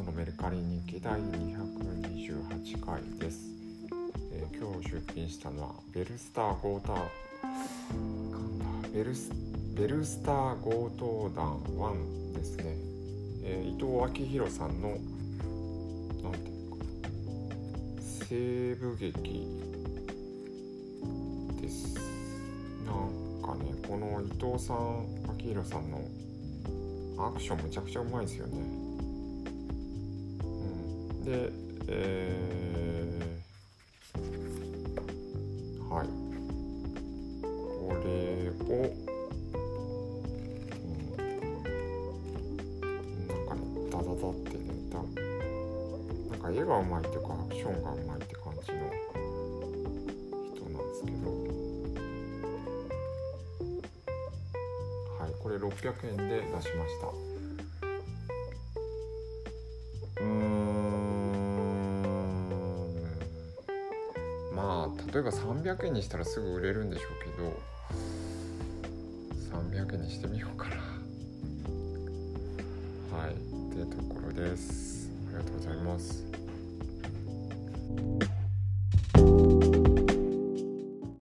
今日のメルカリ日記第228回です。今日出品したのはベルスター強盗団1ですね。伊藤昭弘さんのなんていうか西部劇です。なんかね、この伊藤昭弘さんのアクションむちゃくちゃうまいですよね。で、はい、これを、なんかね、ダダダってね、なんか絵がうまいっていうかアクションがうまいって感じの人なんですけど、はい、これ600円で出しました。例えば300円にしたらすぐ売れるんでしょうけど、300円にしてみようかな。はい、ってところです。ありがとうございます。